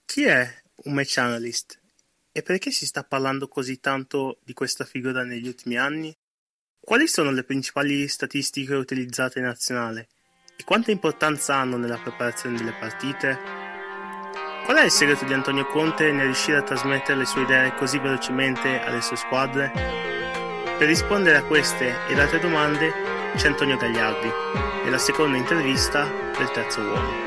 Chi è un match analyst e perché si sta parlando così tanto di questa figura negli ultimi anni? Quali sono le principali statistiche utilizzate in nazionale e quanta importanza hanno nella preparazione delle partite? Qual è il segreto di Antonio Conte nel riuscire a trasmettere le sue idee così velocemente alle sue squadre? Per rispondere a queste ed altre domande c'è Antonio Gagliardi, nella seconda intervista del Terzo Uomo.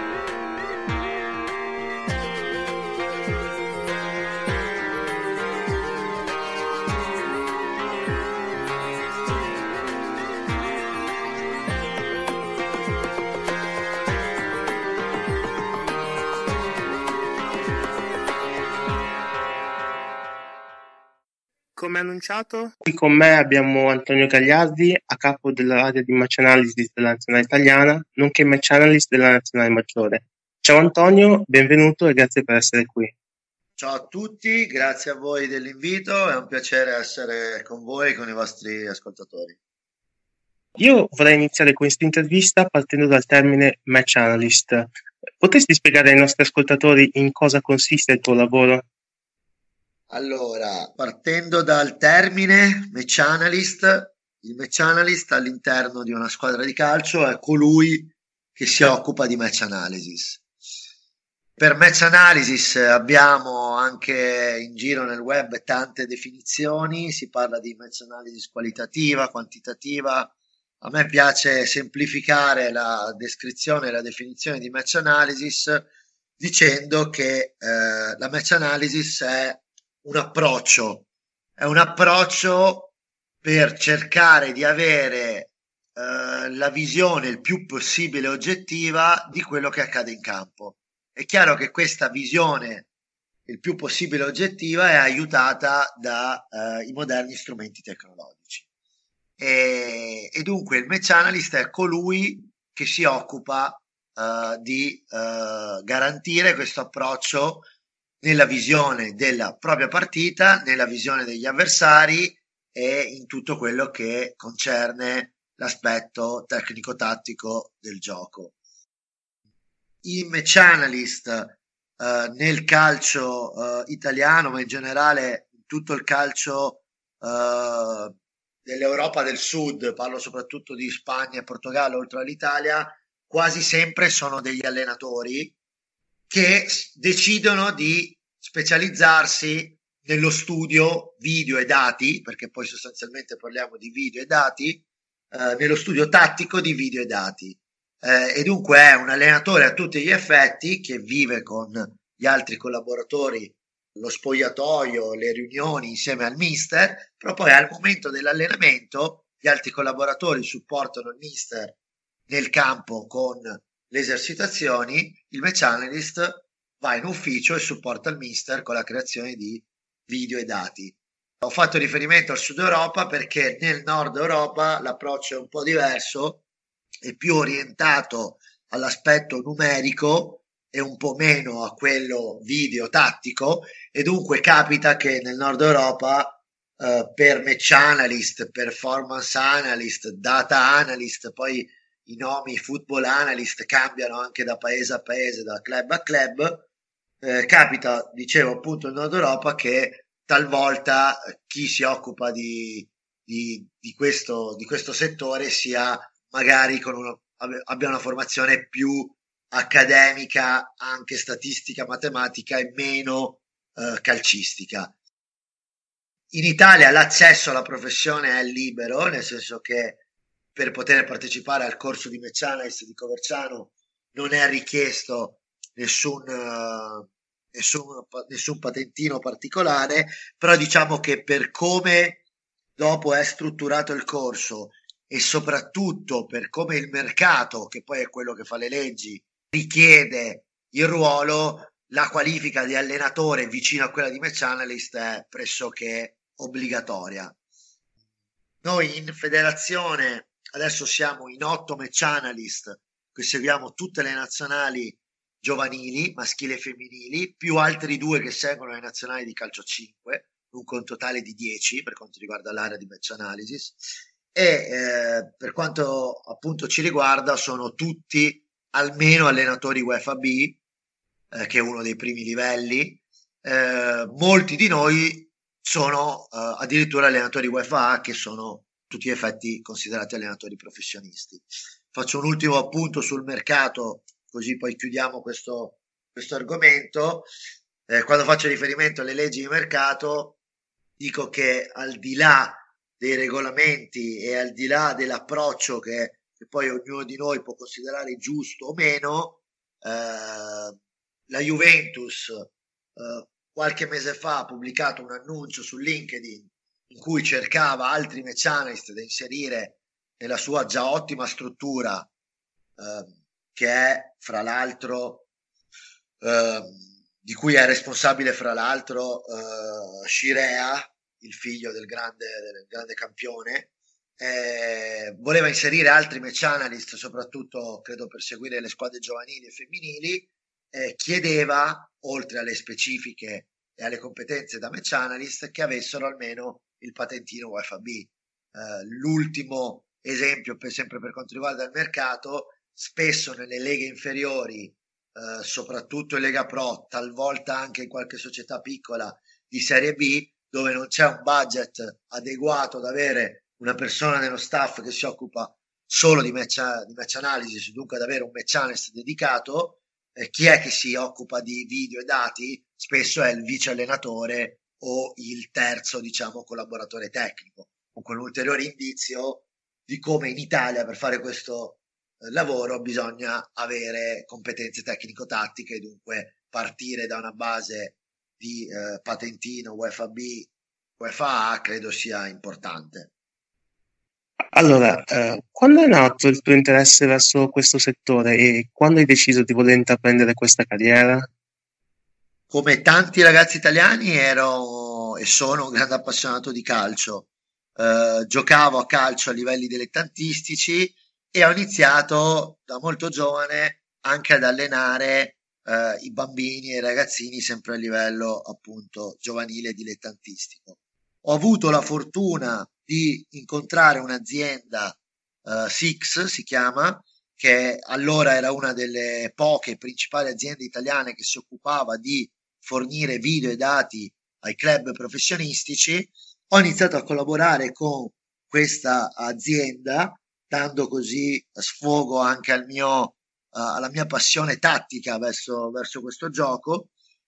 Come annunciato, qui con me abbiamo Antonio Gagliardi, a capo dell'area di match analysis della nazionale italiana, nonché match analyst della nazionale maggiore. Ciao Antonio, benvenuto e grazie per essere qui. Ciao a tutti, grazie a voi dell'invito, è un piacere essere con voi e con i vostri ascoltatori. Io vorrei iniziare questa intervista partendo dal termine match analyst. Potresti spiegare ai nostri ascoltatori in cosa consiste il tuo lavoro? Allora, partendo dal termine match analyst, il match analyst all'interno di una squadra di calcio è colui che si occupa di match analysis. Per match analysis abbiamo anche in giro nel web tante definizioni, si parla di match analysis qualitativa, quantitativa. A me piace semplificare la descrizione e la definizione di match analysis dicendo che la match analysis è un approccio per cercare di avere la visione il più possibile oggettiva di quello che accade in campo. È chiaro che questa visione il più possibile oggettiva è aiutata dai moderni strumenti tecnologici. E dunque il match analyst è colui che si occupa di garantire questo approccio nella visione della propria partita, nella visione degli avversari e in tutto quello che concerne l'aspetto tecnico-tattico del gioco. I match analyst nel calcio italiano, ma in generale in tutto il calcio dell'Europa del Sud, parlo soprattutto di Spagna e Portogallo, oltre all'Italia, quasi sempre sono degli allenatori che decidono di specializzarsi nello studio video e dati, perché poi sostanzialmente parliamo di video e dati, nello studio tattico di video e dati. E dunque è un allenatore a tutti gli effetti che vive con gli altri collaboratori lo spogliatoio, le riunioni insieme al mister, però poi al momento dell'allenamento gli altri collaboratori supportano il mister nel campo con le esercitazioni, il match analyst va in ufficio e supporta il mister con la creazione di video e dati. Ho fatto riferimento al Sud Europa perché nel Nord Europa l'approccio è un po' diverso, è più orientato all'aspetto numerico e un po' meno a quello video tattico, e dunque capita che nel Nord Europa per match analyst, performance analyst, data analyst, poi i nomi football analyst cambiano anche da paese a paese, da club a club. Capita, dicevo appunto in Nord Europa, che talvolta chi si occupa di questo settore sia magari abbia una formazione più accademica, anche statistica, matematica e meno calcistica. In Italia l'accesso alla professione è libero, nel senso che per poter partecipare al corso di match analyst di Coverciano non è richiesto nessun patentino particolare, però diciamo che per come dopo è strutturato il corso e soprattutto per come il mercato, che poi è quello che fa le leggi, richiede il ruolo, la qualifica di allenatore vicino a quella di match analyst è pressoché obbligatoria. Noi in federazione adesso siamo in 8 match analyst che seguiamo tutte le nazionali giovanili, maschili e femminili, più altri 2 che seguono le nazionali di calcio 5, dunque un totale di 10 per quanto riguarda l'area di match analysis. E per quanto appunto ci riguarda sono tutti almeno allenatori UEFA B, che è uno dei primi livelli. Molti di noi sono addirittura allenatori UEFA, che sono a tutti gli effetti considerati allenatori professionisti. Faccio un ultimo appunto sul mercato, così poi chiudiamo questo argomento. Quando faccio riferimento alle leggi di mercato, dico che al di là dei regolamenti e al di là dell'approccio che poi ognuno di noi può considerare giusto o meno, la Juventus qualche mese fa ha pubblicato un annuncio su LinkedIn in cui cercava altri mechanist da inserire nella sua già ottima struttura, che è fra l'altro di cui è responsabile fra l'altro Scirea, il figlio del grande campione. Voleva inserire altri match analyst, soprattutto credo per seguire le squadre giovanili e femminili. Chiedeva, oltre alle specifiche e alle competenze da match analyst, che avessero almeno il patentino UFAB. L'ultimo esempio, sempre per quanto riguarda il mercato, spesso nelle leghe inferiori, soprattutto in Lega Pro, talvolta anche in qualche società piccola di Serie B, dove non c'è un budget adeguato ad avere una persona nello staff che si occupa solo di match analysis, dunque ad avere un match analyst dedicato. Chi è che si occupa di video e dati? Spesso è il vice allenatore o il terzo, diciamo, collaboratore tecnico, con un ulteriore indizio di come in Italia per fare questo lavoro bisogna avere competenze tecnico-tattiche, dunque partire da una base di patentino UEFA B, UEFA A credo sia importante. Allora, quando è nato il tuo interesse verso questo settore e quando hai deciso di voler intraprendere questa carriera? Come tanti ragazzi italiani ero e sono un grande appassionato di calcio. Giocavo a calcio a livelli dilettantistici e ho iniziato da molto giovane anche ad allenare i bambini e i ragazzini sempre a livello appunto giovanile e dilettantistico. Ho avuto la fortuna di incontrare un'azienda, Six si chiama, che allora era una delle poche principali aziende italiane che si occupava di fornire video e dati ai club professionistici. Ho iniziato a collaborare con questa azienda, dando così sfogo anche alla mia passione tattica verso questo gioco,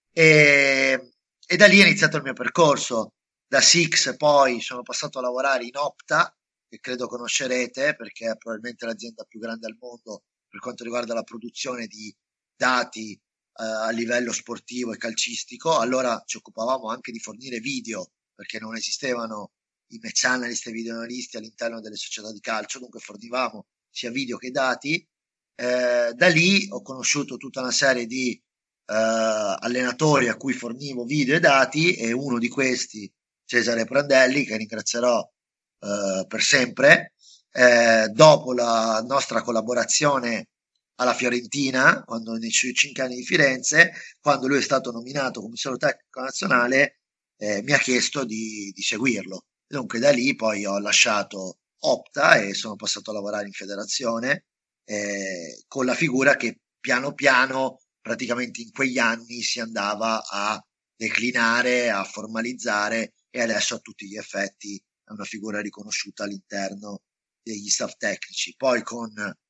e da lì è iniziato il mio percorso. Da Six poi sono passato a lavorare in Opta, che credo conoscerete perché è probabilmente l'azienda più grande al mondo per quanto riguarda la produzione di dati a livello sportivo e calcistico. Allora ci occupavamo anche di fornire video perché non esistevano i match analyst e video analisti all'interno delle società di calcio, dunque fornivamo sia video che dati. Da lì ho conosciuto tutta una serie di allenatori a cui fornivo video e dati, e uno di questi, Cesare Prandelli, che ringrazierò per sempre. Dopo la nostra collaborazione alla Fiorentina, quando nei suoi 5 anni di Firenze, quando lui è stato nominato commissario tecnico nazionale, mi ha chiesto di seguirlo. Dunque da lì poi ho lasciato Opta e sono passato a lavorare in federazione, con la figura che piano piano, praticamente in quegli anni, si andava a declinare, a formalizzare, e adesso a tutti gli effetti è una figura riconosciuta all'interno degli staff tecnici. Poi con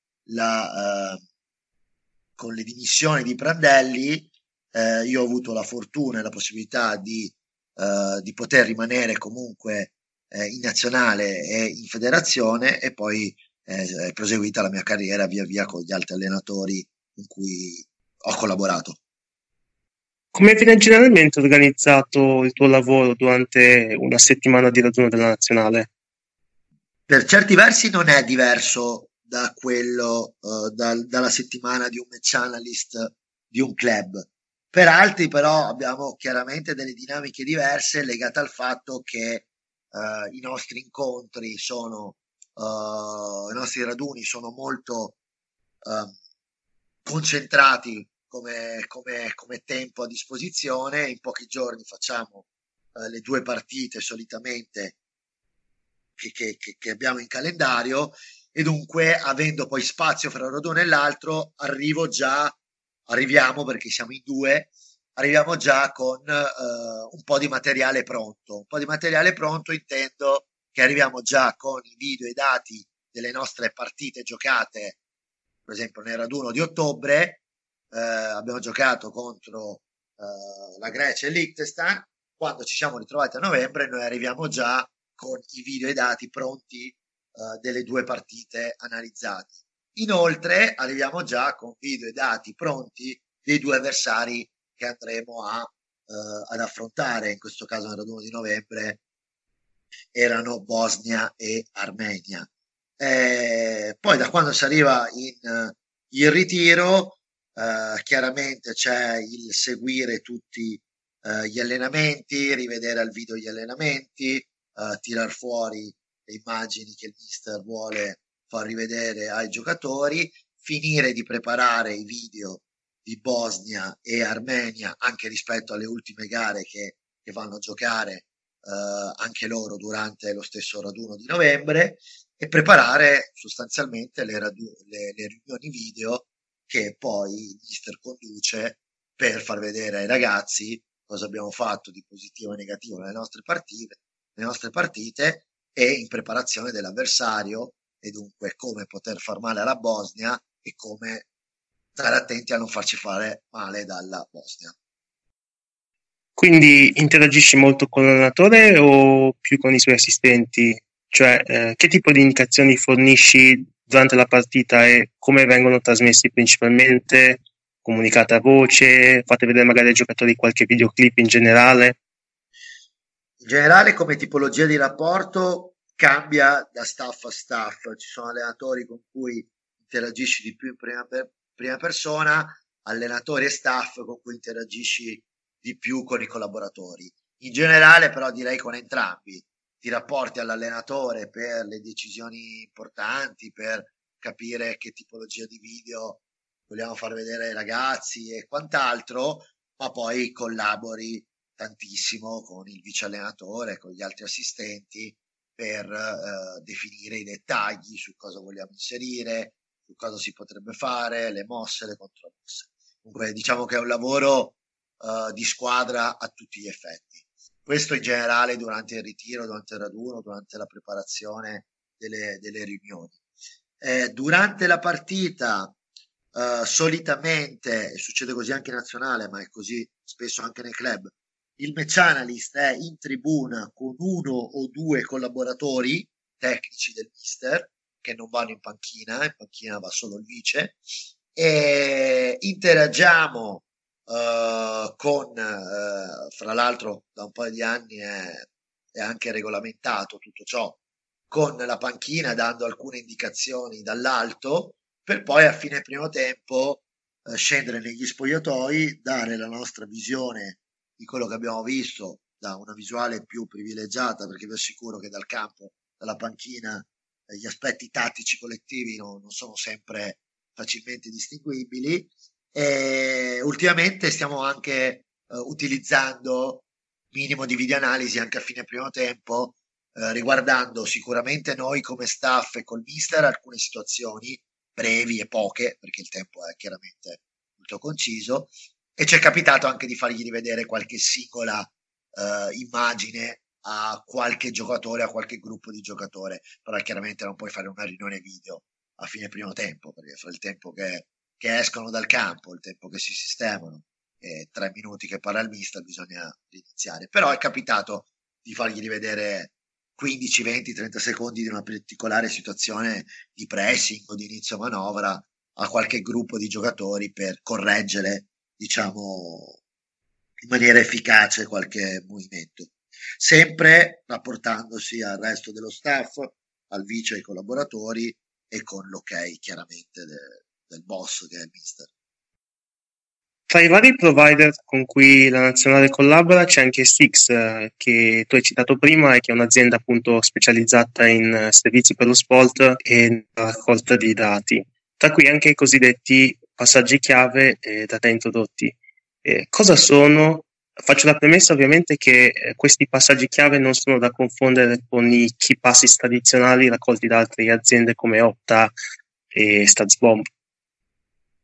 le dimissioni di Prandelli, io ho avuto la fortuna e la possibilità di poter rimanere comunque in nazionale e in federazione, e poi è proseguita la mia carriera via via con gli altri allenatori con cui ho collaborato. Come viene generalmente organizzato il tuo lavoro durante una settimana di raduno della nazionale? Per certi versi non è diverso da quello dalla settimana di un match analyst di un club. Per altri però abbiamo chiaramente delle dinamiche diverse legate al fatto che i nostri incontri sono i nostri raduni sono molto concentrati come tempo a disposizione. In pochi giorni facciamo le 2 partite solitamente che abbiamo in calendario, e dunque avendo poi spazio fra un radone e l'altro arrivo già arriviamo, perché siamo in due, arriviamo già con un po' di materiale pronto. Un po' di materiale pronto intendo che arriviamo già con i video e i dati delle nostre partite giocate, per esempio nel raduno di ottobre, abbiamo giocato contro la Grecia e il Liechtenstein. Quando ci siamo ritrovati a novembre, noi arriviamo già con i video e i dati pronti delle due partite analizzate. Inoltre arriviamo già con video e dati pronti dei due avversari che andremo ad affrontare. In questo caso nel raduno di novembre erano Bosnia e Armenia. Poi da quando si arriva in ritiro, chiaramente c'è il seguire tutti gli allenamenti, rivedere al video gli allenamenti, tirar fuori le immagini che il mister vuole far rivedere ai giocatori, finire di preparare i video di Bosnia e Armenia anche rispetto alle ultime gare che vanno a giocare anche loro durante lo stesso raduno di novembre, e preparare sostanzialmente le riunioni video che poi il mister conduce per far vedere ai ragazzi cosa abbiamo fatto di positivo e negativo nelle nostre partite e in preparazione dell'avversario, e dunque come poter far male alla Bosnia e come stare attenti a non farci fare male dalla Bosnia. Quindi interagisci molto con l'allenatore o più con i suoi assistenti? Cioè, che tipo di indicazioni fornisci durante la partita e come vengono trasmessi principalmente? Comunicate a voce? Fate vedere magari ai giocatori qualche videoclip in generale? In generale, come tipologia di rapporto, cambia da staff a staff. Ci sono allenatori con cui interagisci di più in prima persona, allenatori e staff con cui interagisci di più con i collaboratori. In generale, però, direi con entrambi. Ti rapporti all'allenatore per le decisioni importanti, per capire che tipologia di video vogliamo far vedere ai ragazzi e quant'altro, ma poi collabori tantissimo con il vice allenatore, con gli altri assistenti per definire i dettagli su cosa vogliamo inserire, su cosa si potrebbe fare, le mosse, le contromosse. Comunque diciamo che è un lavoro di squadra a tutti gli effetti. Questo in generale durante il ritiro, durante il raduno, durante la preparazione delle riunioni. Durante la partita solitamente, succede così anche in nazionale, ma è così spesso anche nei club, il match analyst è in tribuna con uno o due collaboratori tecnici del mister che non vanno in panchina va solo il vice, e interagiamo fra l'altro da un paio di anni è anche regolamentato tutto ciò, con la panchina, dando alcune indicazioni dall'alto, per poi a fine primo tempo scendere negli spogliatoi, dare la nostra visione di quello che abbiamo visto da una visuale più privilegiata, perché vi assicuro che dal campo, dalla panchina, gli aspetti tattici collettivi non sono sempre facilmente distinguibili. E ultimamente stiamo anche utilizzando minimo di videoanalisi anche a fine primo tempo, riguardando sicuramente noi come staff e col mister alcune situazioni brevi e poche, perché il tempo è chiaramente molto conciso, e ci è capitato anche di fargli rivedere qualche singola immagine a qualche giocatore, a qualche gruppo di giocatore, però chiaramente non puoi fare una riunione video a fine primo tempo, perché fra il tempo che escono dal campo, il tempo che si sistemano e 3 minuti che parla il mister bisogna iniziare. Però è capitato di fargli rivedere 15, 20, 30 secondi di una particolare situazione di pressing o di inizio manovra a qualche gruppo di giocatori per correggere, diciamo, in maniera efficace qualche movimento, sempre rapportandosi al resto dello staff, al vice e ai collaboratori e con l'ok chiaramente del boss che è il mister. Tra i vari provider con cui la nazionale collabora c'è anche Six, che tu hai citato prima e che è un'azienda appunto specializzata in servizi per lo sport e la raccolta di dati, tra cui anche i cosiddetti passaggi chiave da te introdotti. Cosa sono? Faccio la premessa ovviamente che questi passaggi chiave non sono da confondere con i key passes tradizionali raccolti da altre aziende come Opta e Statsbomb.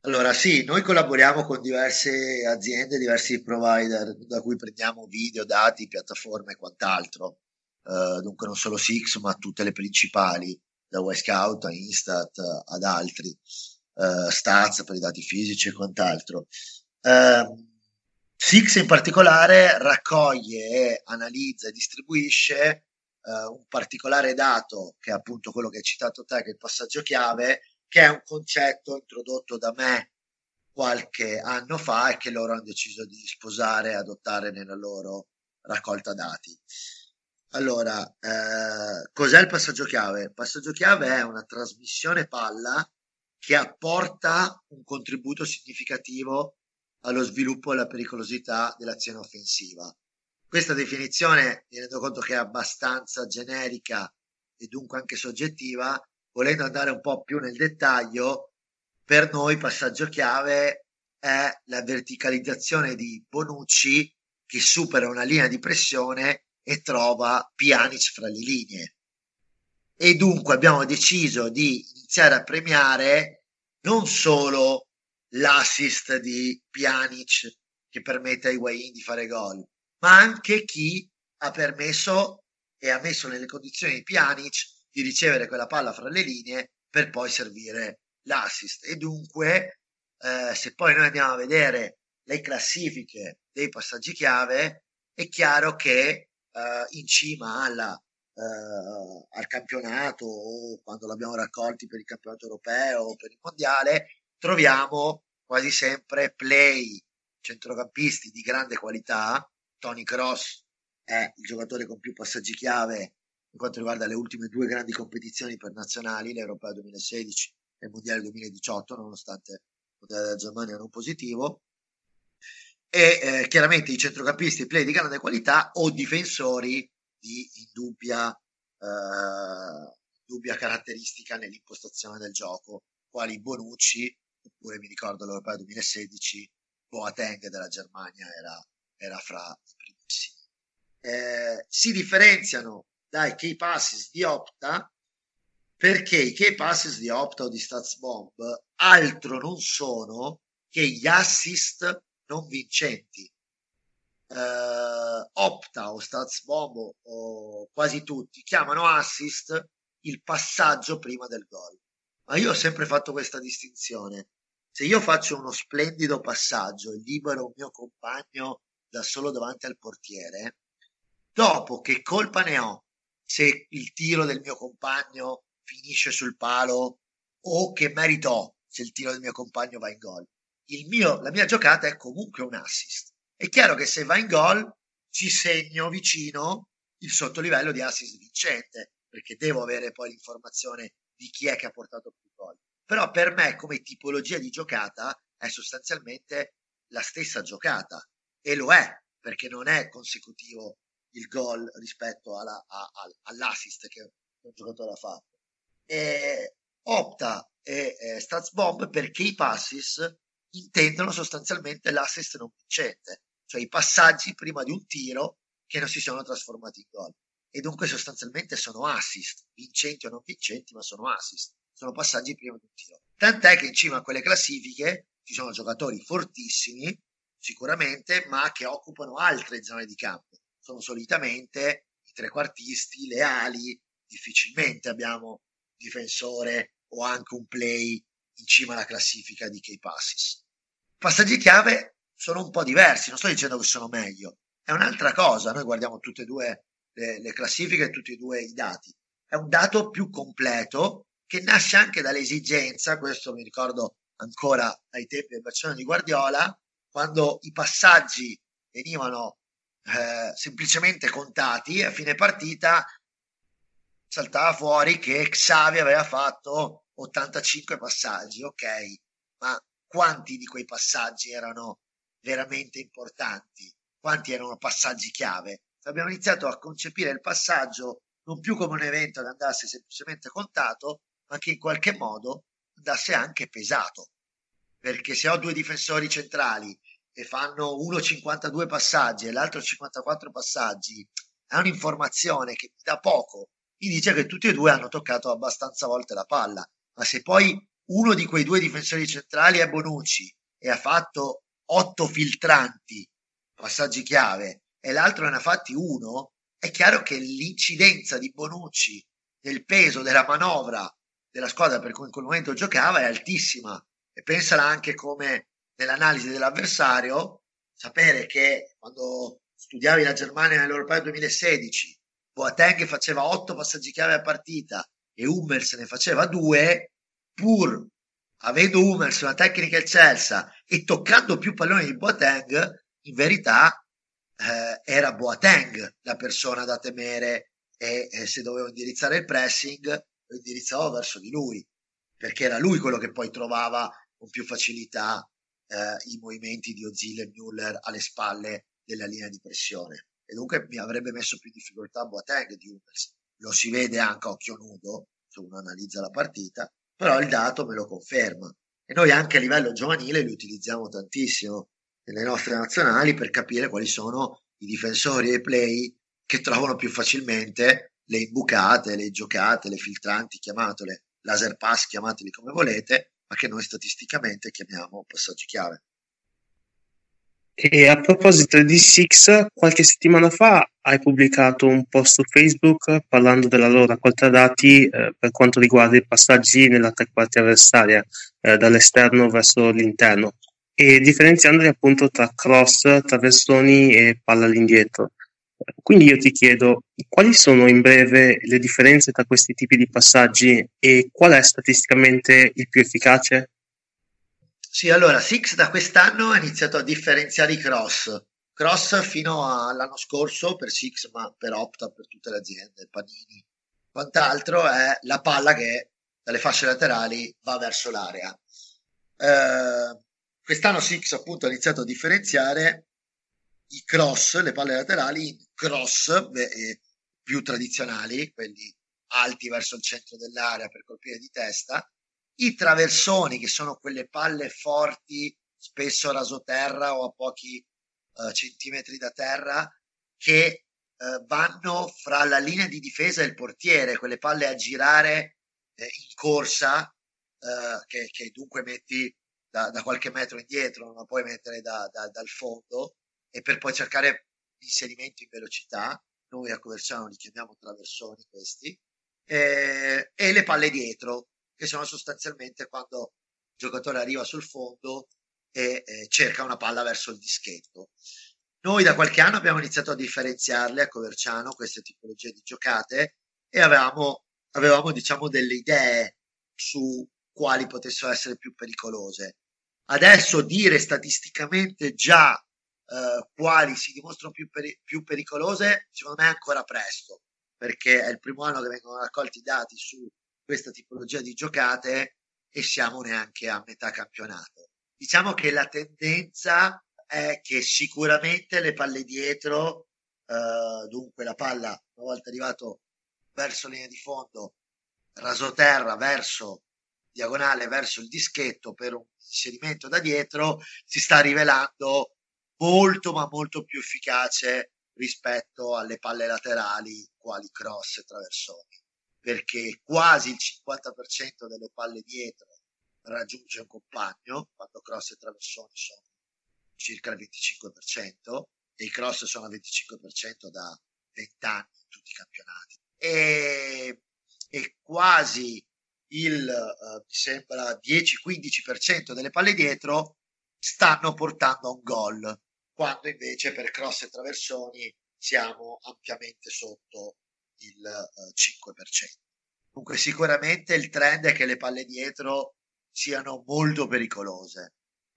Allora, sì, noi collaboriamo con diverse aziende, diversi provider da cui prendiamo video, dati, piattaforme e quant'altro. Dunque non solo Six, ma tutte le principali, da Wisecout a Instat ad altri, Stats per i dati fisici e quant'altro. Six in particolare raccoglie e analizza e distribuisce un particolare dato, che è appunto quello che hai citato te, che è il passaggio chiave, che è un concetto introdotto da me qualche anno fa e che loro hanno deciso di sposare e adottare nella loro raccolta dati. Allora, cos'è il passaggio chiave? Il passaggio chiave è una trasmissione palla che apporta un contributo significativo allo sviluppo e alla pericolosità dell'azione offensiva. Questa definizione mi rendo conto che è abbastanza generica e dunque anche soggettiva. Volendo andare un po' più nel dettaglio, per noi passaggio chiave è la verticalizzazione di Bonucci che supera una linea di pressione e trova Pjanic fra le linee. E dunque abbiamo deciso di iniziare a premiare non solo l'assist di Pjanic che permette ai Higuaín di fare gol, ma anche chi ha permesso e ha messo nelle condizioni di Pjanic di ricevere quella palla fra le linee per poi servire l'assist. E dunque, se poi noi andiamo a vedere le classifiche dei passaggi chiave, è chiaro che in cima al campionato o quando l'abbiamo raccolti per il campionato europeo o per il mondiale, troviamo quasi sempre play, centrocampisti di grande qualità. Toni Kroos è il giocatore con più passaggi chiave per quanto riguarda le ultime due grandi competizioni per nazionali, l'Europeo 2016 e il Mondiale 2018, nonostante il Mondiale della Germania non positivo. E chiaramente i centrocampisti play di grande qualità o difensori di indubbia caratteristica nell'impostazione del gioco, quali Bonucci, oppure mi ricordo l'Europeo 2016, Boateng della Germania era fra i primissimi. Si differenziano dai key passes di Opta perché i key passes di Opta o di StatsBomb altro non sono che gli assist non vincenti. Opta o StatsBomb o quasi tutti chiamano assist il passaggio prima del gol, ma io ho sempre fatto questa distinzione. Se io faccio uno splendido passaggio e libero un mio compagno da solo davanti al portiere, dopo che colpa ne ho se il tiro del mio compagno finisce sul palo o che merito ho se il tiro del mio compagno va in gol? La mia giocata è comunque un assist. È chiaro che se va in gol ci segno vicino il sottolivello di assist vincente, perché devo avere poi l'informazione di chi è che ha portato più gol. Però per me come tipologia di giocata è sostanzialmente la stessa giocata, e lo è perché non è consecutivo il gol rispetto all'assist che un giocatore ha fatto. Opta e StatsBomb perché i passes intendono sostanzialmente l'assist non vincente, cioè i passaggi prima di un tiro che non si sono trasformati in gol. E dunque sostanzialmente sono assist, vincenti o non vincenti, ma sono assist, sono passaggi prima di un tiro. Tant'è che in cima a quelle classifiche ci sono giocatori fortissimi, sicuramente, ma che occupano altre zone di campo. Sono solitamente i trequartisti, le ali, difficilmente abbiamo difensore o anche un play in cima alla classifica di key passes. Passaggi chiave sono un po' diversi, non sto dicendo che sono meglio, è un'altra cosa. Noi guardiamo tutte e due le classifiche e tutti e due i dati. È un dato più completo che nasce anche dall'esigenza, questo mi ricordo ancora ai tempi del Barcellona di Guardiola, quando i passaggi venivano semplicemente contati a fine partita saltava fuori che Xavi aveva fatto 85 passaggi, ok, ma quanti di quei passaggi erano veramente importanti? Quanti erano passaggi chiave? Abbiamo iniziato a concepire il passaggio non più come un evento che andasse semplicemente contato, ma che in qualche modo andasse anche pesato. Perché se ho due difensori centrali e fanno uno 52 passaggi e l'altro 54 passaggi, è un'informazione che mi dà poco, mi dice che tutti e due hanno toccato abbastanza volte la palla, ma se poi uno di quei due difensori centrali è Bonucci e ha fatto 8 filtranti, passaggi chiave, e l'altro ne ha fatti uno, è chiaro che l'incidenza di Bonucci, del peso della manovra della squadra per cui in quel momento giocava è altissima. E pensala anche come nell'analisi dell'avversario, sapere che quando studiavi la Germania nell'Europeo 2016, Boateng faceva 8 passaggi chiave a partita e Hummels ne faceva 2, pur avendo Hummels una tecnica eccelsa e toccando più palloni di Boateng, in verità era Boateng la persona da temere e se dovevo indirizzare il pressing lo indirizzavo verso di lui, perché era lui quello che poi trovava con più facilità i movimenti di Ozil e Müller alle spalle della linea di pressione, e dunque mi avrebbe messo più difficoltà Boateng di Hummels. Lo si vede anche a occhio nudo se uno analizza la partita, però il dato me lo conferma, e noi anche a livello giovanile li utilizziamo tantissimo nelle nostre nazionali per capire quali sono i difensori e i play che trovano più facilmente le imbucate, le giocate, le filtranti, chiamatele laser pass, chiamateli come volete, ma che noi statisticamente chiamiamo passaggi chiave. E a proposito di Six, qualche settimana fa hai pubblicato un post su Facebook parlando della loro raccolta dati per quanto riguarda i passaggi nella tre quarti avversaria, dall'esterno verso l'interno, e differenziandoli appunto tra cross, traversoni e palla all'indietro. Quindi io ti chiedo, quali sono in breve le differenze tra questi tipi di passaggi e qual è statisticamente il più efficace? Sì, allora Six da quest'anno ha iniziato a differenziare i cross. Cross fino all'anno scorso per Six, ma per Opta, per tutte le aziende, Panini, quant'altro, è la palla che dalle fasce laterali va verso l'area. Quest'anno Six appunto ha iniziato a differenziare i cross, le palle laterali, in cross più tradizionali, quelli alti verso il centro dell'area per colpire di testa, i traversoni, che sono quelle palle forti, spesso a rasoterra o a pochi centimetri da terra, che vanno fra la linea di difesa e il portiere, quelle palle a girare in corsa, che dunque metti da qualche metro indietro, non la puoi mettere dal fondo, e per poi cercare l'inserimento in velocità. Noi a Coverciano li chiamiamo traversoni questi, e le palle dietro, che sono sostanzialmente quando il giocatore arriva sul fondo e cerca una palla verso il dischetto. Noi da qualche anno abbiamo iniziato a differenziarle a Coverciano, queste tipologie di giocate, e avevamo diciamo delle idee su quali potessero essere più pericolose. Adesso dire statisticamente già quali si dimostrano più pericolose, secondo me è ancora presto, perché è il primo anno che vengono raccolti i dati su questa tipologia di giocate e siamo neanche a metà campionato. Diciamo che la tendenza è che sicuramente le palle dietro, dunque la palla una volta arrivato verso linea di fondo, rasoterra verso diagonale verso il dischetto per un inserimento da dietro, si sta rivelando molto ma molto più efficace rispetto alle palle laterali quali cross e traversoni, perché quasi il 50% delle palle dietro raggiunge un compagno, quando cross e traversoni sono circa il 25%, e i cross sono al 25% da 20 anni in tutti i campionati, e quasi mi sembra 10-15% delle palle dietro stanno portando a un gol, quando invece per cross e traversoni siamo ampiamente sotto il 5%. Dunque sicuramente il trend è che le palle dietro siano molto pericolose.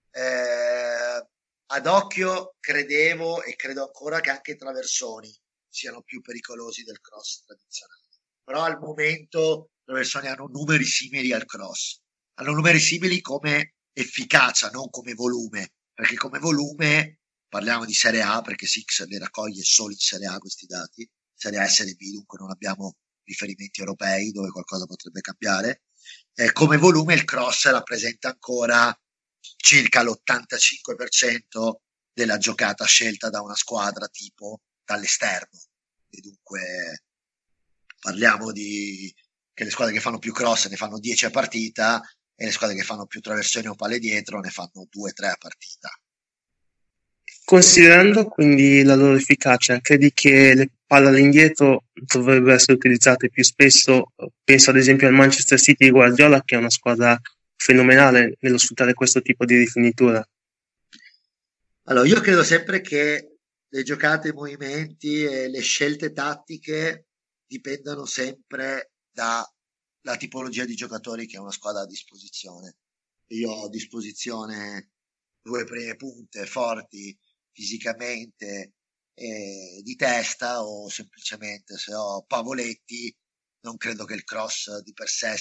Ad occhio credevo e credo ancora che anche i traversoni siano più pericolosi del cross tradizionale, però al momento i traversoni hanno numeri simili al cross, hanno numeri simili come efficacia, non come volume, perché come volume parliamo di Serie A, perché Six ne raccoglie solo in Serie A questi dati, Serie A e Serie B, dunque non abbiamo riferimenti europei dove qualcosa potrebbe cambiare. Come volume il cross rappresenta ancora circa l'85% della giocata scelta da una squadra tipo dall'esterno, e dunque parliamo di che le squadre che fanno più cross ne fanno 10 a partita e le squadre che fanno più traversoni o palle dietro ne fanno 2-3 a partita. Considerando quindi la loro efficacia, credi che le palle all'indietro dovrebbero essere utilizzate più spesso? Penso ad esempio al Manchester City di Guardiola, che è una squadra fenomenale nello sfruttare questo tipo di rifinitura. Allora, io credo sempre che le giocate, i movimenti e le scelte tattiche dipendano sempre dalla tipologia di giocatori che una squadra ha a disposizione. Io ho a disposizione due prime punte forti fisicamente e di testa, o semplicemente se ho Pavoletti, non credo che il cross di per sé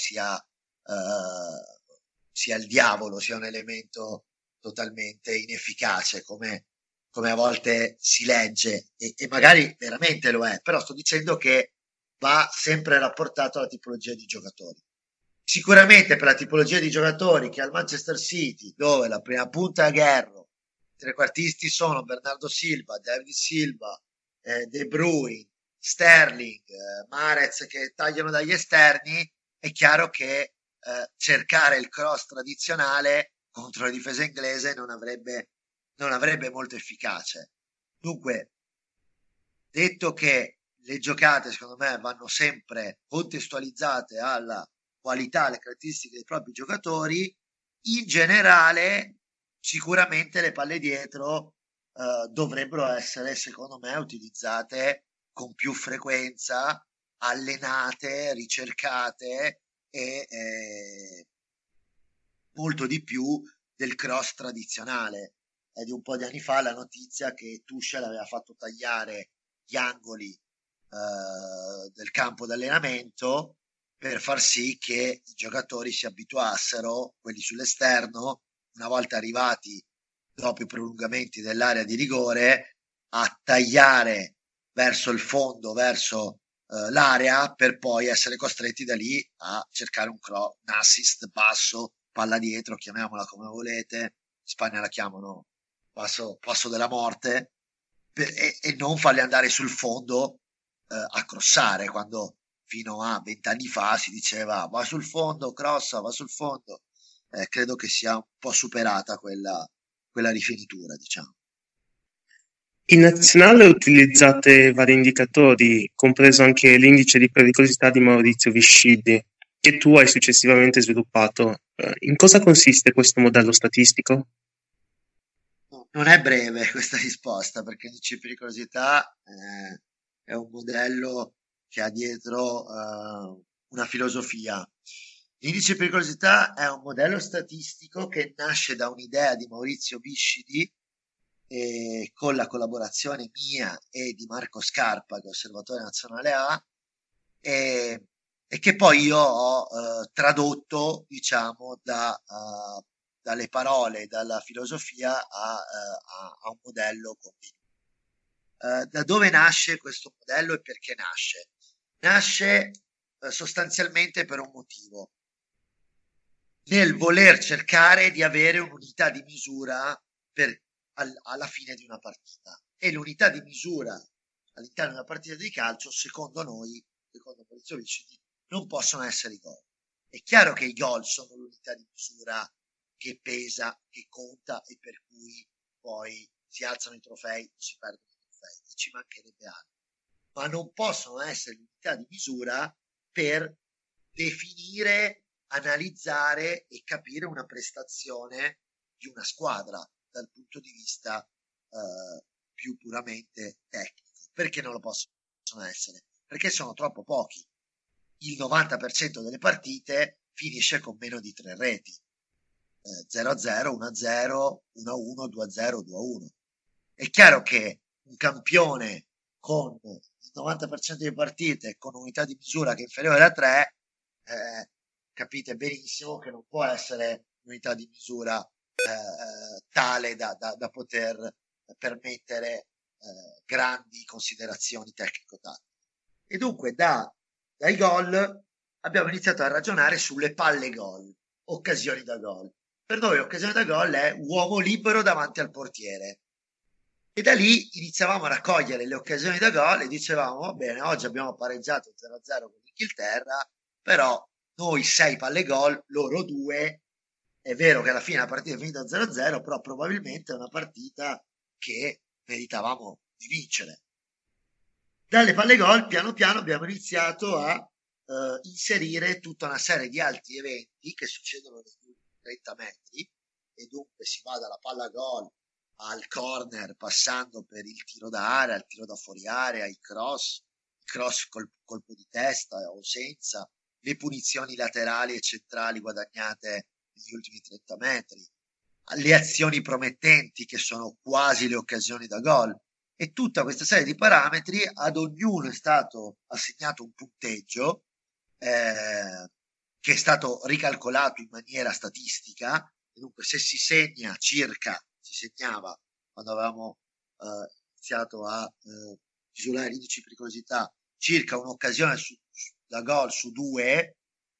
sia il diavolo, sia un elemento totalmente inefficace come a volte si legge e magari veramente lo è, però sto dicendo che va sempre rapportato alla tipologia di giocatori. Sicuramente per la tipologia di giocatori che al Manchester City, dove la prima punta è Aguero, i trequartisti sono Bernardo Silva, David Silva, De Bruyne, Sterling, Mahrez, che tagliano dagli esterni, è chiaro che cercare il cross tradizionale contro la difesa inglese non avrebbe molto efficace. Dunque, detto che le giocate secondo me vanno sempre contestualizzate alla qualità, alle caratteristiche dei propri giocatori, in generale sicuramente le palle dietro dovrebbero essere secondo me utilizzate con più frequenza, allenate, ricercate e molto di più del cross tradizionale. È di un po' di anni fa la notizia che Tuchel aveva fatto tagliare gli angoli del campo d'allenamento per far sì che i giocatori si abituassero, quelli sull'esterno, una volta arrivati dopo i prolungamenti dell'area di rigore, a tagliare verso il fondo, verso l'area, per poi essere costretti da lì a cercare un assist basso, palla dietro, chiamiamola come volete, in Spagna la chiamano passo della morte, e non farli andare sul fondo a crossare, quando fino a 20 anni fa si diceva va sul fondo, crossa, va sul fondo. Credo che sia un po' superata quella rifinitura, diciamo. In nazionale utilizzate vari indicatori, compreso anche l'indice di pericolosità di Maurizio Visciddi, che tu hai successivamente sviluppato. In cosa consiste questo modello statistico? Non è breve questa risposta, perché l'indice di pericolosità è un modello che ha dietro una filosofia. L'indice di pericolosità è un modello statistico che nasce da un'idea di Maurizio Viscidi, con la collaborazione mia e di Marco Scarpa, che è osservatore nazionale A, e che poi io ho tradotto, diciamo, dalle parole, dalla filosofia a un modello continuo. Da dove nasce questo modello e perché nasce? Nasce sostanzialmente per un motivo: nel voler cercare di avere un'unità di misura alla fine di una partita. E l'unità di misura all'interno di una partita di calcio, secondo noi, secondo Maurizio Vicini, non possono essere i gol. È chiaro che i gol sono l'unità di misura che pesa, che conta e per cui poi si alzano i trofei o si perdono i trofei, e ci mancherebbe altro. Ma non possono essere l'unità di misura per definire, analizzare e capire una prestazione di una squadra dal punto di vista più puramente tecnico. Perché non lo possono essere? Perché sono troppo pochi. Il 90% delle partite finisce con meno di 3 reti. 0-0, 1-0, 1-1, 2-0, 2-1. È chiaro che un campione con il 90% delle partite con unità di misura che è inferiore a 3, capite benissimo che non può essere unità di misura tale da poter permettere grandi considerazioni tecnico-tattiche. E dunque dai gol abbiamo iniziato a ragionare sulle palle gol, occasioni da gol. Per noi occasione da gol è uomo libero davanti al portiere. E da lì iniziavamo a raccogliere le occasioni da gol e dicevamo: va bene, oggi abbiamo pareggiato 0-0 con l'Inghilterra, però noi 6 palle gol, loro 2, è vero che alla fine la partita è finita 0-0, però probabilmente è una partita che meritavamo di vincere. Dalle palle gol, piano piano abbiamo iniziato a inserire tutta una serie di altri eventi che succedono negli ultimi 30 metri, e dunque si va dalla palla gol al corner, passando per il tiro da area, al tiro da fuori area, i cross colpo di testa o senza, le punizioni laterali e centrali guadagnate negli ultimi 30 metri, le azioni promettenti che sono quasi le occasioni da gol. E tutta questa serie di parametri, ad ognuno è stato assegnato un punteggio che è stato ricalcolato in maniera statistica. E dunque se si segnava quando avevamo iniziato a misurare l'indice di pericolosità circa un'occasione da gol su 2,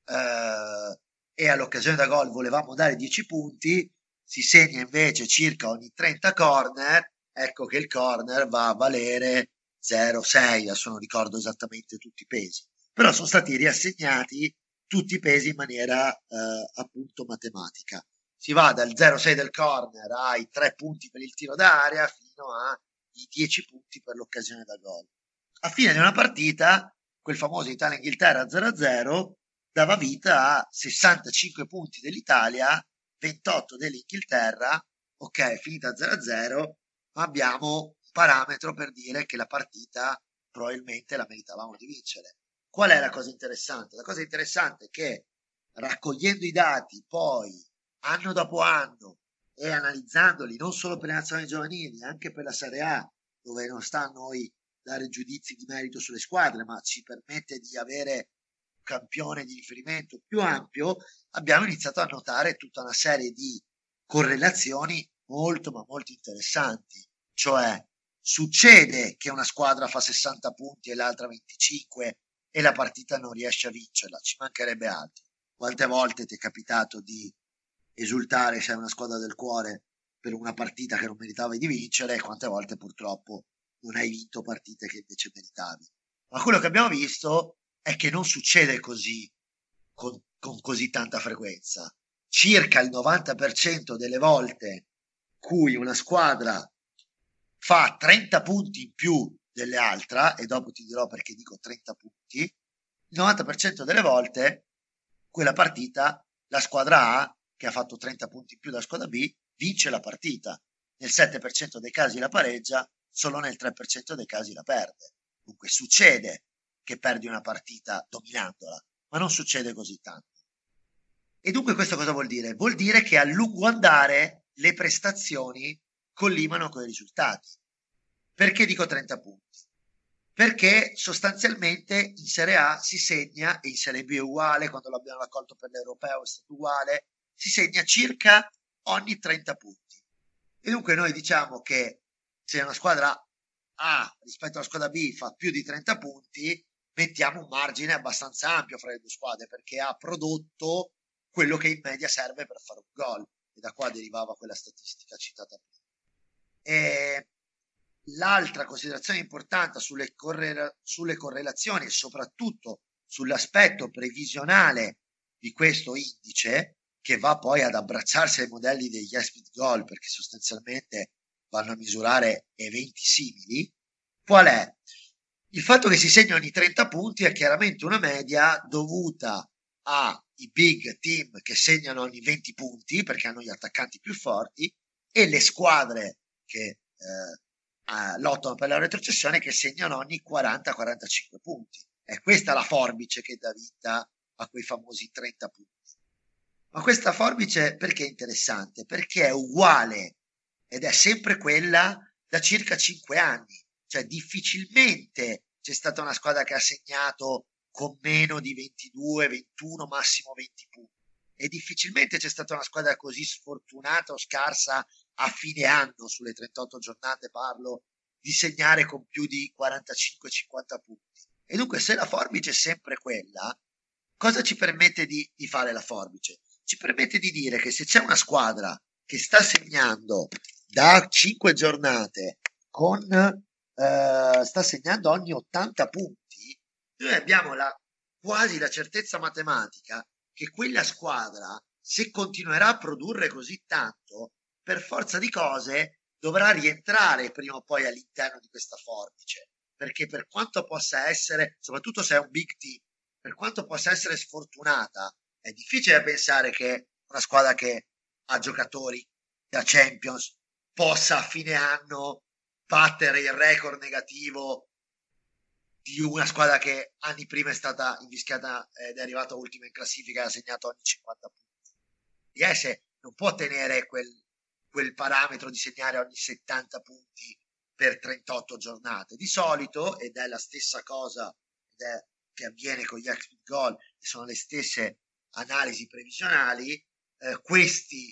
e all'occasione da gol volevamo dare 10 punti, si segna invece circa ogni 30 corner, ecco che il corner va a valere 0,6, adesso non ricordo esattamente tutti i pesi, però sono stati riassegnati tutti i pesi in maniera appunto matematica. Si va dal 0,6 del corner ai 3 punti per il tiro d'area fino ai 10 punti per l'occasione da gol. A fine di una partita, quel famoso Italia-Inghilterra 0-0 dava vita a 65 punti dell'Italia, 28 dell'Inghilterra. Ok, è finita 0-0, ma abbiamo un parametro per dire che la partita probabilmente la meritavamo di vincere. Qual è la cosa interessante? La cosa interessante è che, raccogliendo i dati poi anno dopo anno e analizzandoli non solo per le nazionali giovanili, anche per la Serie A, dove non sta a noi dare giudizi di merito sulle squadre, ma ci permette di avere un campione di riferimento più ampio, abbiamo iniziato a notare tutta una serie di correlazioni molto ma molto interessanti. Cioè, succede che una squadra fa 60 punti e l'altra 25 e la partita non riesce a vincerla, ci mancherebbe altro. Quante volte ti è capitato di esultare, sei una squadra del cuore, per una partita che non meritavi di vincere, e quante volte purtroppo non hai vinto partite che invece meritavi. Ma quello che abbiamo visto è che non succede così con così tanta frequenza. Circa il 90% delle volte cui una squadra fa 30 punti in più delle altre, e dopo ti dirò perché dico 30 punti, il 90% delle volte quella partita la squadra A, che ha fatto 30 punti in più della squadra B, vince la partita. Nel 7% dei casi la pareggia, solo nel 3% dei casi la perde. Dunque succede che perdi una partita dominandola, ma non succede così tanto. E dunque questo cosa vuol dire? Vuol dire che a lungo andare le prestazioni collimano con i risultati. Perché dico 30 punti? Perché sostanzialmente in Serie A si segna, e in Serie B è uguale, quando l'abbiamo raccolto per l'Europeo è stato uguale, si segna circa ogni 30 punti. E dunque noi diciamo che se una squadra A rispetto alla squadra B fa più di 30 punti, mettiamo un margine abbastanza ampio fra le due squadre, perché ha prodotto quello che in media serve per fare un gol, e da qua derivava quella statistica citata prima. E l'altra considerazione importante sulle correlazioni e soprattutto sull'aspetto previsionale di questo indice, che va poi ad abbracciarsi ai modelli degli expected goal, perché sostanzialmente vanno a misurare eventi simili, qual è? Il fatto che si segna ogni 30 punti è chiaramente una media dovuta ai big team che segnano ogni 20 punti perché hanno gli attaccanti più forti, e le squadre che lottano per la retrocessione che segnano ogni 40-45 punti. È questa la forbice che dà vita a quei famosi 30 punti. Ma questa forbice perché è interessante? Perché è uguale ed è sempre quella da circa 5 anni. Cioè difficilmente c'è stata una squadra che ha segnato con meno di 22, 21, massimo 20 punti. E difficilmente c'è stata una squadra così sfortunata o scarsa a fine anno, sulle 38 giornate parlo, di segnare con più di 45-50 punti. E dunque se la forbice è sempre quella, cosa ci permette di fare la forbice? Ci permette di dire che se c'è una squadra che sta segnando da 5 giornate sta segnando ogni 80 punti, noi abbiamo quasi la certezza matematica che quella squadra se continuerà a produrre così tanto, per forza di cose dovrà rientrare prima o poi all'interno di questa forbice, perché per quanto possa essere, soprattutto se è un big team, per quanto possa essere sfortunata, è difficile pensare che una squadra che ha giocatori da Champions possa a fine anno battere il record negativo di una squadra che anni prima è stata invischiata ed è arrivata ultima in classifica e ha segnato ogni 50 punti. L'IS non può tenere quel parametro di segnare ogni 70 punti per 38 giornate. Di solito, ed è la stessa cosa che avviene con gli expected goal, e sono le stesse analisi previsionali, questi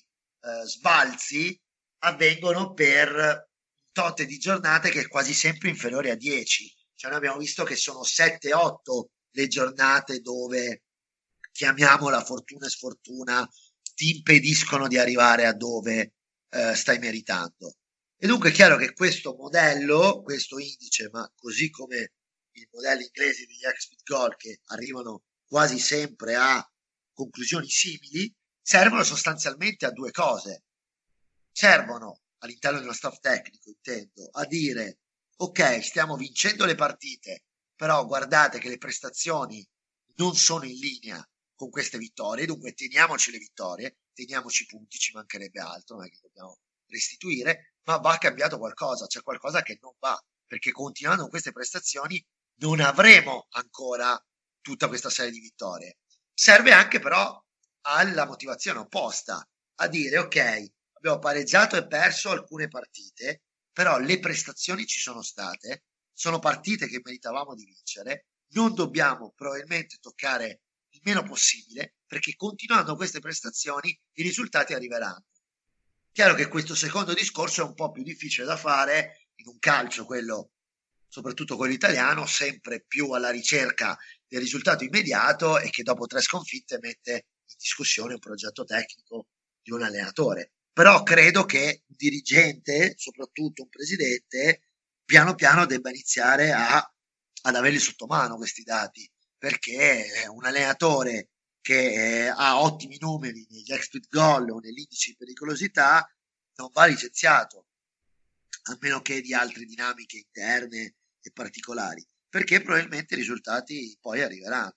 sbalzi avvengono per un tot di giornate che è quasi sempre inferiore a 10. Cioè noi abbiamo visto che sono 7-8 le giornate dove, chiamiamola fortuna e sfortuna, ti impediscono di arrivare a dove stai meritando. E dunque è chiaro che questo modello, questo indice, ma così come i modelli inglesi degli expected goal, che arrivano quasi sempre a conclusioni simili, servono sostanzialmente a due cose. Servono all'interno dello staff tecnico, intendo, a dire ok, stiamo vincendo le partite, però guardate che le prestazioni non sono in linea con queste vittorie, dunque teniamoci le vittorie, teniamoci i punti, ci mancherebbe altro, non è che dobbiamo restituire, ma va cambiato qualcosa, c'è qualcosa che non va, perché continuando con queste prestazioni non avremo ancora tutta questa serie di vittorie. Serve anche però alla motivazione opposta, a dire ok, abbiamo pareggiato e perso alcune partite, però le prestazioni ci sono state, sono partite che meritavamo di vincere, non dobbiamo probabilmente toccare il meno possibile, perché continuando queste prestazioni i risultati arriveranno. Chiaro che questo secondo discorso è un po' più difficile da fare in un calcio, quello, soprattutto quello italiano, sempre più alla ricerca del risultato immediato e che dopo 3 sconfitte mette in discussione un progetto tecnico di un allenatore. Però credo che un dirigente, soprattutto un presidente, piano piano debba iniziare ad averli sotto mano questi dati, perché un allenatore che ha ottimi numeri negli expected goal o nell'indice di pericolosità non va licenziato, a meno che di altre dinamiche interne e particolari, perché probabilmente i risultati poi arriveranno.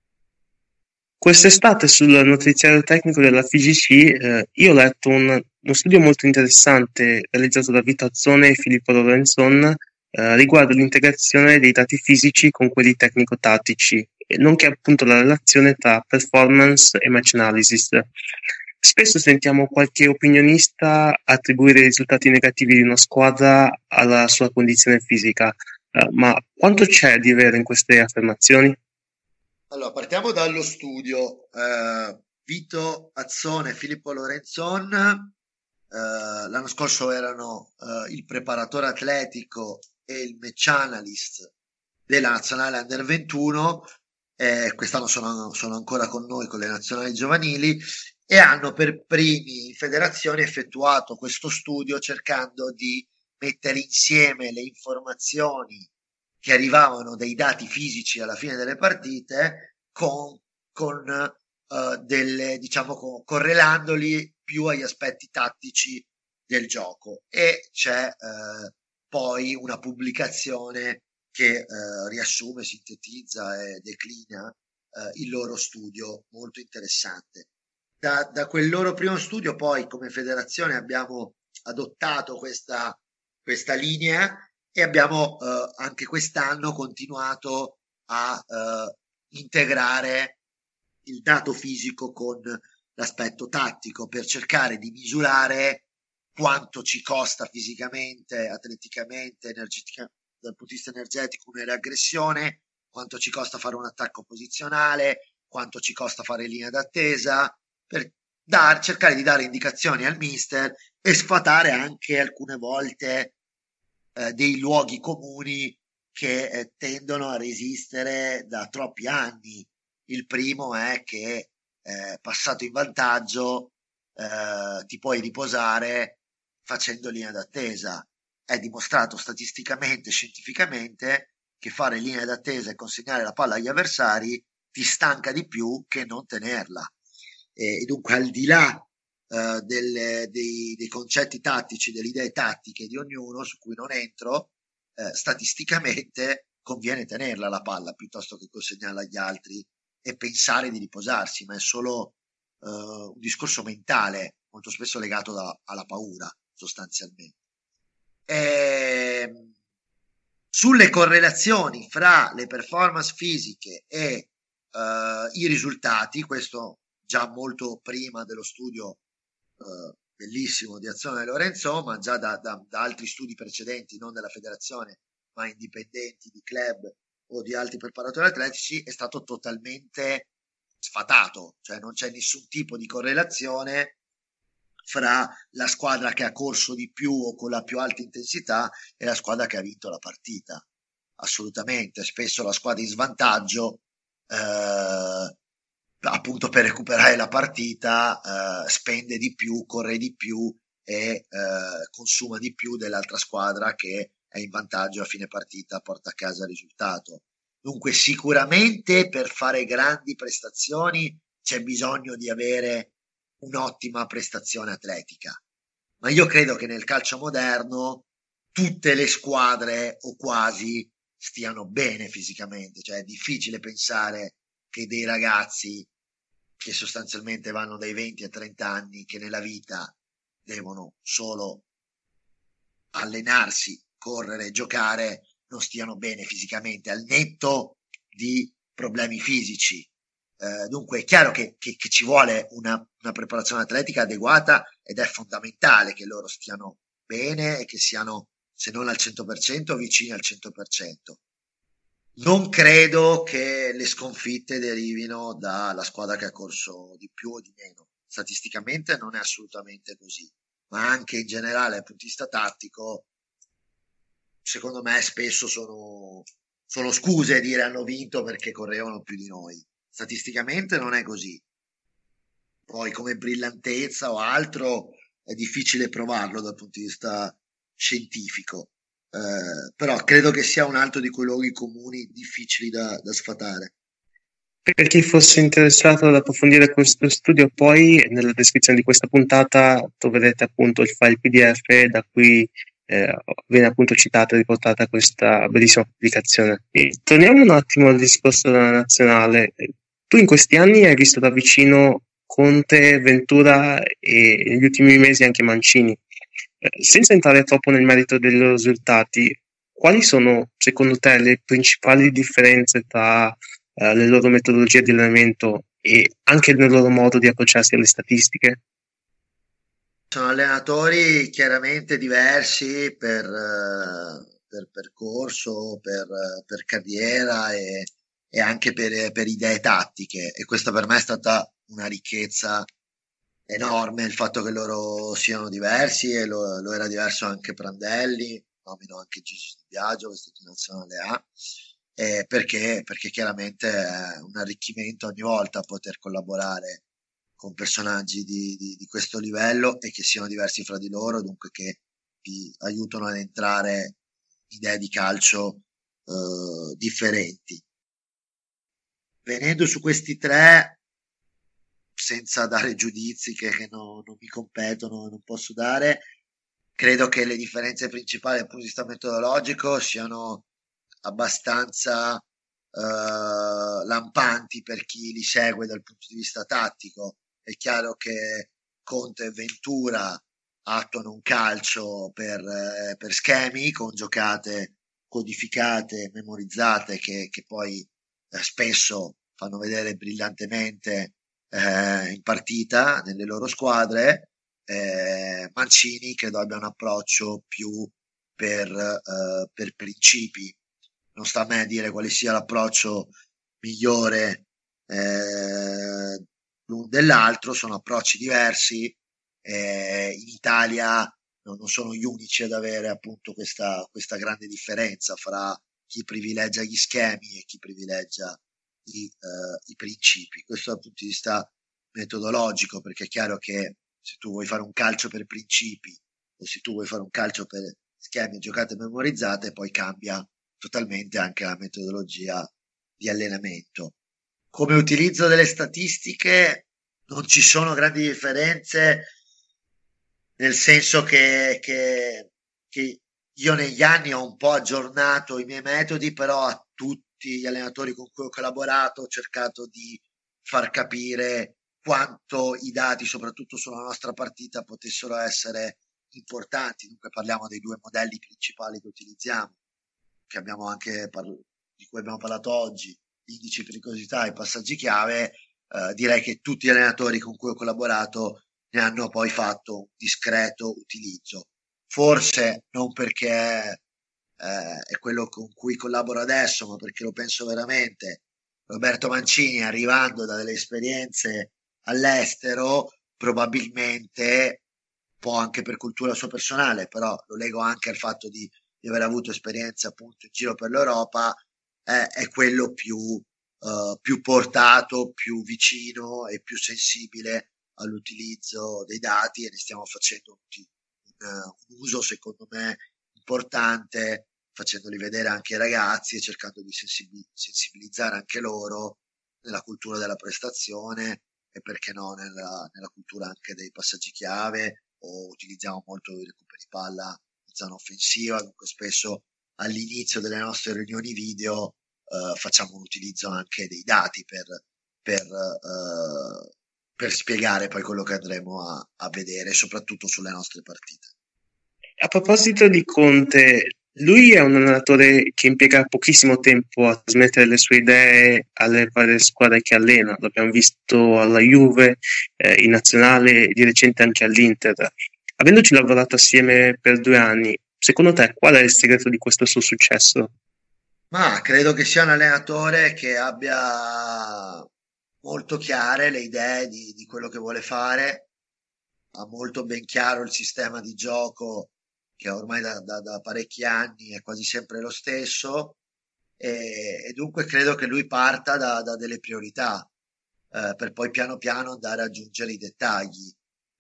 Quest'estate sul notiziario tecnico della FIGC io ho letto uno studio molto interessante realizzato da Vito Azzone e Filippo Lorenzon riguardo l'integrazione dei dati fisici con quelli tecnico-tattici, nonché appunto la relazione tra performance e match analysis. Spesso sentiamo qualche opinionista attribuire i risultati negativi di una squadra alla sua condizione fisica, ma quanto c'è di vero in queste affermazioni? Allora, partiamo dallo studio. Vito Azzone e Filippo Lorenzon l'anno scorso erano il preparatore atletico e il match analyst della nazionale Under 21, quest'anno sono ancora con noi con le nazionali giovanili e hanno per primi in federazione effettuato questo studio cercando di mettere insieme le informazioni che arrivavano dai dati fisici alla fine delle partite con correlandoli più agli aspetti tattici del gioco, e c'è poi una pubblicazione che riassume, sintetizza e declina il loro studio, molto interessante. Da quel loro primo studio poi come federazione abbiamo adottato questa linea e abbiamo anche quest'anno continuato a integrare il dato fisico con l'aspetto tattico per cercare di misurare quanto ci costa fisicamente, atleticamente, dal punto di vista energetico una reaggressione, quanto ci costa fare un attacco posizionale, quanto ci costa fare linea d'attesa, per cercare di dare indicazioni al mister e sfatare anche alcune volte dei luoghi comuni che tendono a resistere da troppi anni. Il primo è che passato in vantaggio ti puoi riposare facendo linea d'attesa. È dimostrato statisticamente, scientificamente, che fare linea d'attesa e consegnare la palla agli avversari ti stanca di più che non tenerla. e dunque al di là dei concetti tattici, delle idee tattiche di ognuno, su cui non entro, statisticamente conviene tenerla la palla piuttosto che consegnarla agli altri e pensare di riposarsi, ma è solo un discorso mentale, molto spesso legato alla paura, sostanzialmente. Sulle correlazioni fra le performance fisiche e i risultati, questo già molto prima dello studio bellissimo di Azione Lorenzo, ma già da altri studi precedenti, non della federazione, ma indipendenti di club o di altri preparatori atletici, è stato totalmente sfatato, cioè non c'è nessun tipo di correlazione fra la squadra che ha corso di più o con la più alta intensità e la squadra che ha vinto la partita. Assolutamente, spesso la squadra in svantaggio appunto per recuperare la partita spende di più, corre di più e consuma di più dell'altra squadra che è in vantaggio a fine partita, porta a casa il risultato. Dunque sicuramente per fare grandi prestazioni c'è bisogno di avere un'ottima prestazione atletica, ma io credo che nel calcio moderno tutte le squadre o quasi stiano bene fisicamente, cioè è difficile pensare che dei ragazzi che sostanzialmente vanno dai 20 ai 30 anni, che nella vita devono solo allenarsi, correre, giocare, non stiano bene fisicamente, al netto di problemi fisici. Dunque è chiaro che ci vuole una preparazione atletica adeguata ed è fondamentale che loro stiano bene e che siano, se non al 100%, vicini al 100%. Non credo che le sconfitte derivino dalla squadra che ha corso di più o di meno. Statisticamente non è assolutamente così, ma anche in generale dal punto di vista tattico, secondo me spesso sono scuse dire hanno vinto perché correvano più di noi. Statisticamente non è così. Poi come brillantezza o altro è difficile provarlo dal punto di vista scientifico. Però credo che sia un altro di quei luoghi comuni difficili da sfatare. Per chi fosse interessato ad approfondire questo studio, poi nella descrizione di questa puntata troverete appunto il file PDF da cui viene appunto citata e riportata questa bellissima pubblicazione. E torniamo un attimo al discorso della nazionale. Tu in questi anni hai visto da vicino Conte, Ventura e negli ultimi mesi anche Mancini. Senza entrare troppo nel merito dei loro risultati, quali sono secondo te le principali differenze tra le loro metodologie di allenamento e anche nel loro modo di approcciarsi alle statistiche? Sono allenatori chiaramente diversi per percorso, per carriera e anche per idee tattiche, e questa per me è stata una ricchezza enorme, il fatto che loro siano diversi, e lo era diverso anche Prandelli, nomino anche Gigi Di Biagio, che è stato in nazionale A, perché chiaramente è un arricchimento ogni volta poter collaborare con personaggi di questo livello e che siano diversi fra di loro, dunque che ti aiutano ad entrare idee di calcio differenti. Venendo su questi tre, senza dare giudizi che non mi competono, non posso dare, credo che le differenze principali dal punto di vista metodologico siano abbastanza lampanti per chi li segue dal punto di vista tattico. È chiaro che Conte e Ventura attuano un calcio per schemi con giocate codificate, memorizzate, che poi spesso fanno vedere brillantemente in partita nelle loro squadre. Mancini credo abbia un approccio più per principi. Non sta a me a dire quale sia l'approccio migliore l'un dell'altro, sono approcci diversi. In Italia non sono gli unici ad avere appunto questa grande differenza fra chi privilegia gli schemi e chi privilegia i principi. Questo dal punto di vista metodologico, perché è chiaro che se tu vuoi fare un calcio per principi o se tu vuoi fare un calcio per schemi e giocate memorizzate, poi cambia totalmente anche la metodologia di allenamento. Come utilizzo delle statistiche non ci sono grandi differenze, nel senso che io negli anni ho un po' aggiornato i miei metodi, però a tutti gli allenatori con cui ho collaborato ho cercato di far capire quanto i dati, soprattutto sulla nostra partita, potessero essere importanti. Dunque parliamo dei due modelli principali che utilizziamo, che abbiamo anche di cui abbiamo parlato oggi, indici pericolosità e passaggi chiave. Direi che tutti gli allenatori con cui ho collaborato ne hanno poi fatto un discreto utilizzo. Forse non perché è quello con cui collaboro adesso, ma perché lo penso veramente. Roberto Mancini, arrivando da delle esperienze all'estero, probabilmente, un po' anche per cultura sua personale, però lo lego anche al fatto di aver avuto esperienze appunto in giro per l'Europa, è quello più portato, più vicino e più sensibile all'utilizzo dei dati, e ne stiamo facendo un uso secondo me importante, facendoli vedere anche ai ragazzi e cercando di sensibilizzare anche loro nella cultura della prestazione e perché no nella cultura anche dei passaggi chiave, o utilizziamo molto i recuperi palla in zona offensiva, dunque spesso all'inizio delle nostre riunioni video facciamo un utilizzo anche dei dati per spiegare poi quello che andremo a vedere, soprattutto sulle nostre partite. A proposito di Conte, lui è un allenatore che impiega pochissimo tempo a trasmettere le sue idee alle varie squadre che allena. L'abbiamo visto alla Juve, in nazionale, di recente anche all'Inter. Avendoci lavorato assieme per 2 anni, secondo te qual è il segreto di questo suo successo? Ma credo che sia un allenatore che abbia molto chiare le idee di quello che vuole fare, ha molto ben chiaro il sistema di gioco che ormai da parecchi anni è quasi sempre lo stesso, e dunque credo che lui parta da delle priorità, per poi piano piano andare ad aggiungere i dettagli.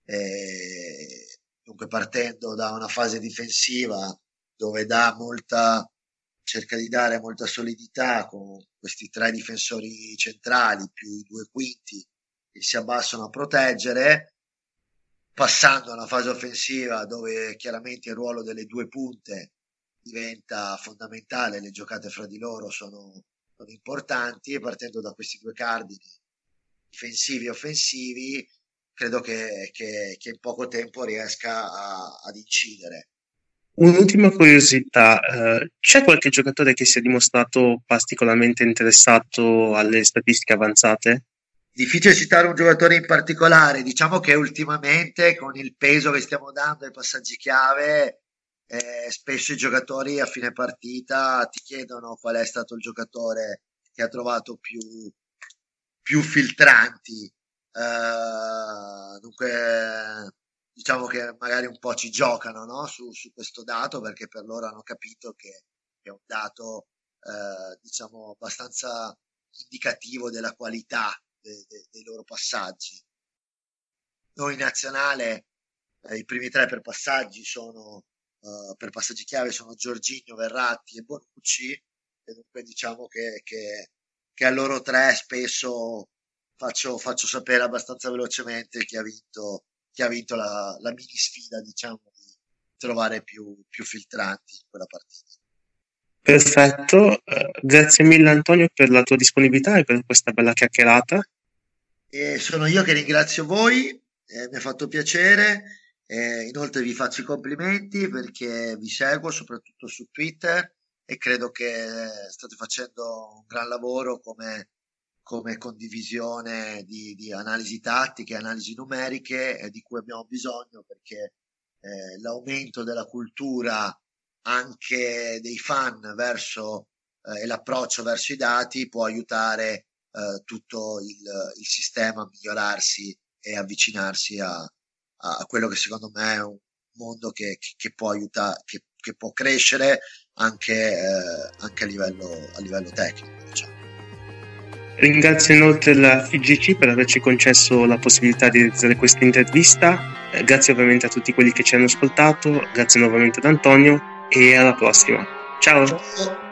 Dunque partendo da una fase difensiva dove cerca di dare molta solidità con questi 3 difensori centrali più i 2 quinti che si abbassano a proteggere, passando a una fase offensiva dove chiaramente il ruolo delle 2 punte diventa fondamentale, le giocate fra di loro sono importanti, e partendo da questi 2 cardini difensivi e offensivi credo che in poco tempo riesca ad incidere. Un'ultima curiosità, c'è qualche giocatore che si è dimostrato particolarmente interessato alle statistiche avanzate? Difficile citare un giocatore in particolare, diciamo che ultimamente con il peso che stiamo dando ai passaggi chiave, spesso i giocatori a fine partita ti chiedono qual è stato il giocatore che ha trovato più filtranti. Dunque diciamo che magari un po' ci giocano, no? su questo dato, perché per loro hanno capito che è un dato diciamo abbastanza indicativo della qualità dei loro passaggi. Noi in nazionale i primi 3 per passaggi per passaggi chiave sono Jorginho, Verratti e Bonucci, e dunque diciamo che a loro 3 spesso faccio sapere abbastanza velocemente chi ha vinto la mini sfida, diciamo, di trovare più filtranti in quella partita. Perfetto, grazie mille Antonio per la tua disponibilità e per questa bella chiacchierata. E sono io che ringrazio voi, mi ha fatto piacere, inoltre vi faccio i complimenti perché vi seguo soprattutto su Twitter e credo che state facendo un gran lavoro come condivisione di analisi tattiche, analisi numeriche, di cui abbiamo bisogno, perché l'aumento della cultura anche dei fan e l'approccio verso i dati può aiutare tutto il sistema a migliorarsi e avvicinarsi a quello che secondo me è un mondo che può aiutare, che può crescere anche a livello tecnico, diciamo. Ringrazio inoltre la FIGC per averci concesso la possibilità di realizzare questa intervista. Grazie ovviamente a tutti quelli che ci hanno ascoltato, grazie nuovamente ad Antonio e alla prossima. Ciao!